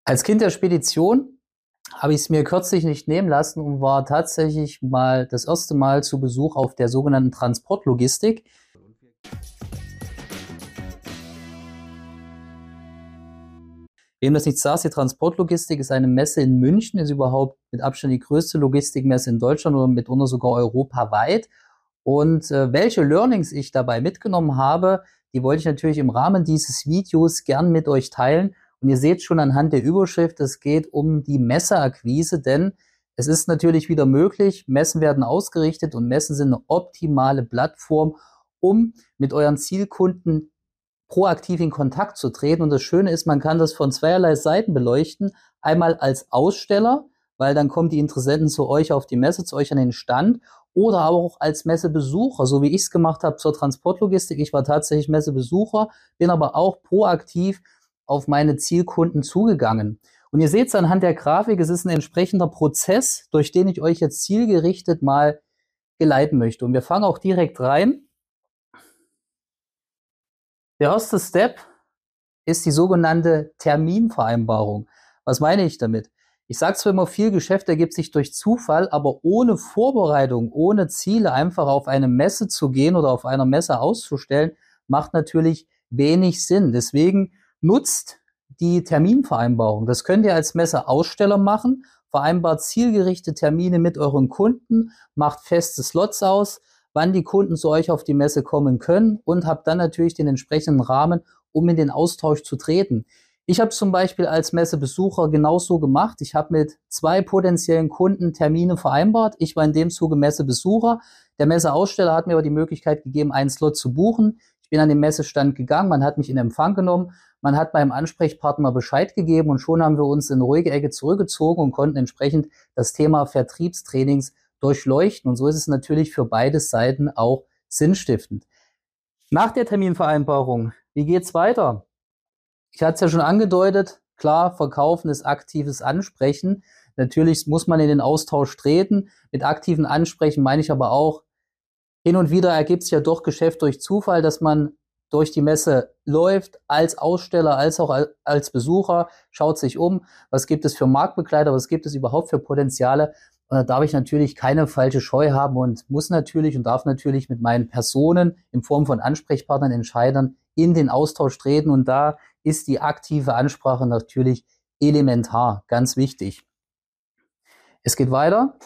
Als Kind der Spedition habe ich es mir kürzlich nicht nehmen lassen und war tatsächlich mal das erste Mal zu Besuch auf der sogenannten Transportlogistik. Wem das nicht sagt, die Transportlogistik ist eine Messe in München, ist überhaupt mit Abstand die größte Logistikmesse in Deutschland oder mitunter sogar europaweit. Und welche Learnings ich dabei mitgenommen habe, die wollte ich natürlich im Rahmen dieses Videos gern mit euch teilen. Und ihr seht schon anhand der Überschrift, es geht um die Messeakquise, denn es ist natürlich wieder möglich, Messen werden ausgerichtet und Messen sind eine optimale Plattform, um mit euren Zielkunden proaktiv in Kontakt zu treten. Und das Schöne ist, man kann das von zweierlei Seiten beleuchten. Einmal als Aussteller, weil dann kommen die Interessenten zu euch auf die Messe, zu euch an den Stand, oder aber auch als Messebesucher, so wie ich es gemacht habe zur Transportlogistik. Ich war tatsächlich Messebesucher, bin aber auch proaktiv auf meine Zielkunden zugegangen. Und ihr seht es anhand der Grafik, es ist ein entsprechender Prozess, durch den ich euch jetzt zielgerichtet mal geleiten möchte. Und wir fangen auch direkt rein. Der erste Step ist die sogenannte Terminvereinbarung. Was meine ich damit? Ich sage zwar immer, viel Geschäft ergibt sich durch Zufall, aber ohne Vorbereitung, ohne Ziele einfach auf eine Messe zu gehen oder auf einer Messe auszustellen, macht natürlich wenig Sinn. Deswegen nutzt die Terminvereinbarung. Das könnt ihr als Messeaussteller machen, vereinbart zielgerichtete Termine mit euren Kunden, macht feste Slots aus, wann die Kunden zu euch auf die Messe kommen können und habt dann natürlich den entsprechenden Rahmen, um in den Austausch zu treten. Ich habe zum Beispiel als Messebesucher genauso gemacht. Ich habe mit 2 potenziellen Kunden Termine vereinbart. Ich war in dem Zuge Messebesucher. Der Messeaussteller hat mir aber die Möglichkeit gegeben, einen Slot zu buchen. Ich bin an den Messestand gegangen, man hat mich in Empfang genommen, man hat meinem Ansprechpartner Bescheid gegeben und schon haben wir uns in eine ruhige Ecke zurückgezogen und konnten entsprechend das Thema Vertriebstrainings durchleuchten. Und so ist es natürlich für beide Seiten auch sinnstiftend. Nach der Terminvereinbarung, wie geht's weiter? Ich hatte es ja schon angedeutet, klar, Verkaufen ist aktives Ansprechen. Natürlich muss man in den Austausch treten. Mit aktiven Ansprechen meine ich aber auch, hin und wieder ergibt sich ja doch Geschäft durch Zufall, dass man durch die Messe läuft, als Aussteller, als auch als Besucher, schaut sich um, was gibt es für Marktbegleiter, was gibt es überhaupt für Potenziale. Und da darf ich natürlich keine falsche Scheu haben und muss natürlich und darf natürlich mit meinen Personen in Form von Ansprechpartnern, Entscheidern in den Austausch treten. Und da ist die aktive Ansprache natürlich elementar, ganz wichtig. Es geht weiter.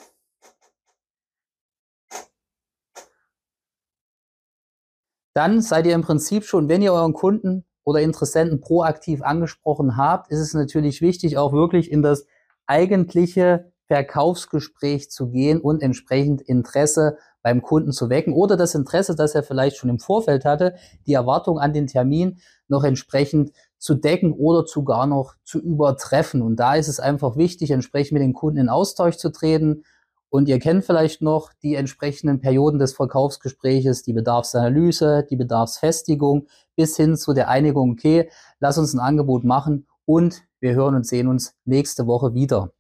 Dann seid ihr im Prinzip schon, wenn ihr euren Kunden oder Interessenten proaktiv angesprochen habt, ist es natürlich wichtig, auch wirklich in das eigentliche Verkaufsgespräch zu gehen und entsprechend Interesse beim Kunden zu wecken oder das Interesse, das er vielleicht schon im Vorfeld hatte, die Erwartung an den Termin noch entsprechend zu decken oder sogar noch zu übertreffen. Und da ist es einfach wichtig, entsprechend mit den Kunden in Austausch zu treten. Und ihr kennt vielleicht noch die entsprechenden Perioden des Verkaufsgespräches, die Bedarfsanalyse, die Bedarfsfestigung bis hin zu der Einigung, okay, lass uns ein Angebot machen und wir hören und sehen uns nächste Woche wieder.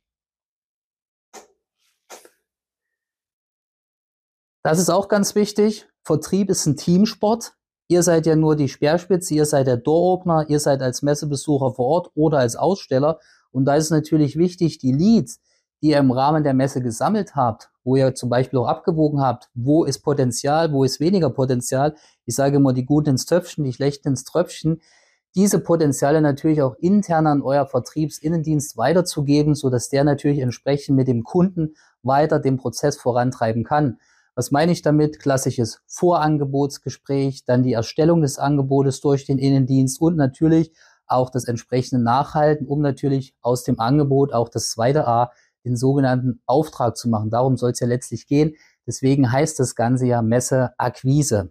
Das ist auch ganz wichtig. Vertrieb ist ein Teamsport. Ihr seid ja nur die Speerspitze, ihr seid der Door-Opener, ihr seid als Messebesucher vor Ort oder als Aussteller. Und da ist es natürlich wichtig, die Leads, die ihr im Rahmen der Messe gesammelt habt, wo ihr zum Beispiel auch abgewogen habt, wo ist Potenzial, wo ist weniger Potenzial. Ich sage immer, die Guten ins Töpfchen, die Schlechten ins Tröpfchen. Diese Potenziale natürlich auch intern an euer Vertriebsinnendienst weiterzugeben, sodass der natürlich entsprechend mit dem Kunden weiter den Prozess vorantreiben kann. Was meine ich damit? Klassisches Vorangebotsgespräch, dann die Erstellung des Angebotes durch den Innendienst und natürlich auch das entsprechende Nachhalten, um natürlich aus dem Angebot auch das zweite A, den sogenannten Auftrag zu machen. Darum soll es ja letztlich gehen. Deswegen heißt das Ganze ja Messeakquise.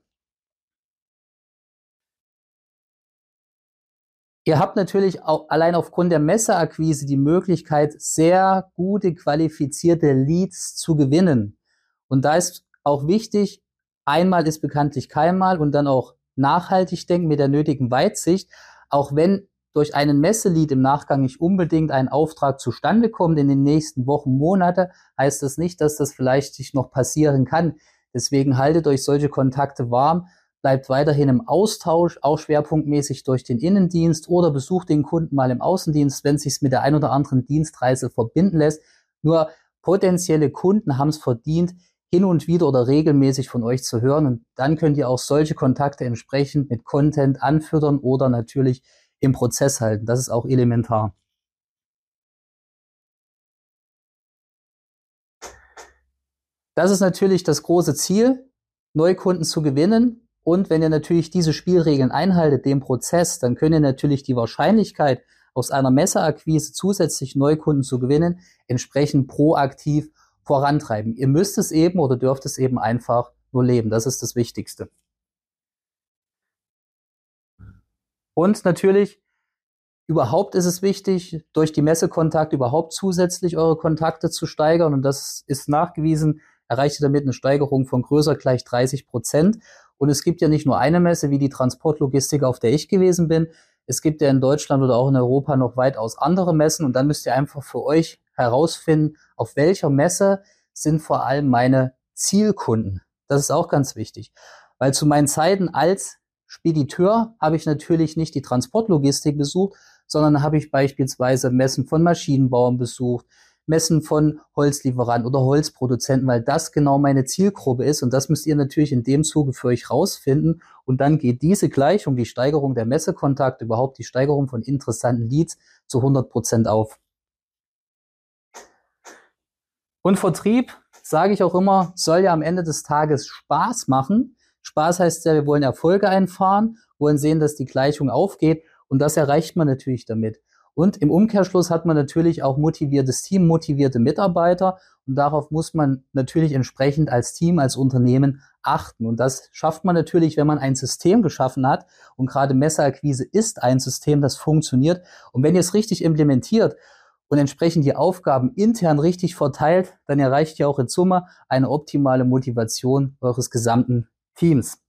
Ihr habt natürlich auch allein aufgrund der Messeakquise die Möglichkeit, sehr gute, qualifizierte Leads zu gewinnen. Und da ist auch wichtig, einmal ist bekanntlich keinmal und dann auch nachhaltig denken mit der nötigen Weitsicht, auch wenn durch einen Messelead im Nachgang nicht unbedingt ein Auftrag zustande kommt in den nächsten Wochen, Monate, heißt das nicht, dass das vielleicht sich noch passieren kann. Deswegen haltet euch solche Kontakte warm, bleibt weiterhin im Austausch, auch schwerpunktmäßig durch den Innendienst oder besucht den Kunden mal im Außendienst, wenn es sich mit der ein oder anderen Dienstreise verbinden lässt. Nur potenzielle Kunden haben es verdient, hin und wieder oder regelmäßig von euch zu hören. Und dann könnt ihr auch solche Kontakte entsprechend mit Content anfüttern oder natürlich im Prozess halten. Das ist auch elementar. Das ist natürlich das große Ziel, Neukunden zu gewinnen. Und wenn ihr natürlich diese Spielregeln einhaltet, den Prozess, dann könnt ihr natürlich die Wahrscheinlichkeit, aus einer Messerakquise zusätzlich Neukunden zu gewinnen, entsprechend proaktiv vorantreiben. Ihr müsst es eben oder dürft es eben einfach nur leben. Das ist das Wichtigste. Und natürlich, überhaupt ist es wichtig, durch die Messekontakte überhaupt zusätzlich eure Kontakte zu steigern. Und das ist nachgewiesen, erreicht ihr damit eine Steigerung von größer gleich 30%. Und es gibt ja nicht nur eine Messe wie die Transportlogistik, auf der ich gewesen bin. Es gibt ja in Deutschland oder auch in Europa noch weitaus andere Messen. Und dann müsst ihr einfach für euch herausfinden, auf welcher Messe sind vor allem meine Zielkunden. Das ist auch ganz wichtig. Weil zu meinen Zeiten als Spediteur habe ich natürlich nicht die Transportlogistik besucht, sondern habe ich beispielsweise Messen von Maschinenbauern besucht, Messen von Holzlieferanten oder Holzproduzenten, weil das genau meine Zielgruppe ist. Und das müsst ihr natürlich in dem Zuge für euch rausfinden. Und dann geht diese Gleichung, die Steigerung der Messekontakte, überhaupt die Steigerung von interessanten Leads zu 100% auf. Und Vertrieb, sage ich auch immer, soll ja am Ende des Tages Spaß machen. Spaß heißt ja, wir wollen Erfolge einfahren, wollen sehen, dass die Gleichung aufgeht. Und das erreicht man natürlich damit. Und im Umkehrschluss hat man natürlich auch motiviertes Team, motivierte Mitarbeiter. Und darauf muss man natürlich entsprechend als Team, als Unternehmen achten. Und das schafft man natürlich, wenn man ein System geschaffen hat. Und gerade Messeakquise ist ein System, das funktioniert. Und wenn ihr es richtig implementiert und entsprechend die Aufgaben intern richtig verteilt, dann erreicht ihr auch in Summe eine optimale Motivation eures gesamten Teams.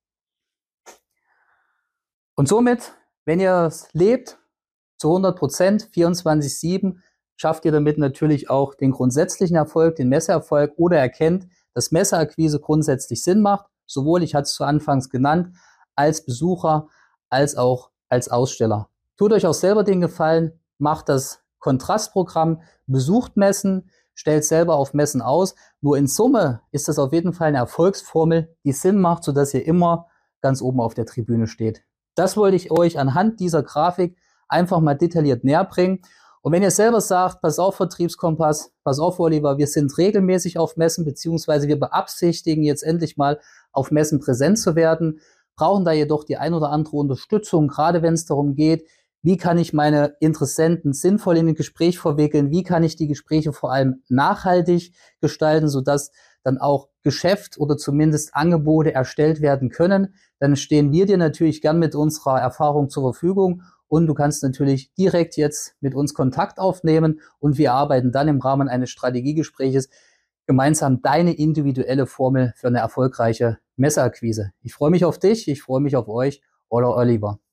Und somit, wenn ihr es lebt, zu 100%, 24/7, schafft ihr damit natürlich auch den grundsätzlichen Erfolg, den Messeerfolg oder erkennt, dass Messeakquise grundsätzlich Sinn macht, sowohl, ich hatte es zu Anfangs genannt, als Besucher, als auch als Aussteller. Tut euch auch selber den Gefallen, macht das Kontrastprogramm, besucht Messen, stellt selber auf Messen aus. Nur in Summe ist das auf jeden Fall eine Erfolgsformel, die Sinn macht, sodass ihr immer ganz oben auf der Tribüne steht. Das wollte ich euch anhand dieser Grafik einfach mal detailliert näher bringen. Und wenn ihr selber sagt, pass auf Vertriebskompass, pass auf Oliver, wir sind regelmäßig auf Messen, beziehungsweise wir beabsichtigen jetzt endlich mal auf Messen präsent zu werden, brauchen da jedoch die ein oder andere Unterstützung, gerade wenn es darum geht, wie kann ich meine Interessenten sinnvoll in ein Gespräch verwickeln, wie kann ich die Gespräche vor allem nachhaltig gestalten, sodass dann auch Geschäft oder zumindest Angebote erstellt werden können, dann stehen wir dir natürlich gern mit unserer Erfahrung zur Verfügung und du kannst natürlich direkt jetzt mit uns Kontakt aufnehmen und wir arbeiten dann im Rahmen eines Strategiegespräches gemeinsam deine individuelle Formel für eine erfolgreiche Messeakquise. Ich freue mich auf dich, ich freue mich auf euch, euer Oliver.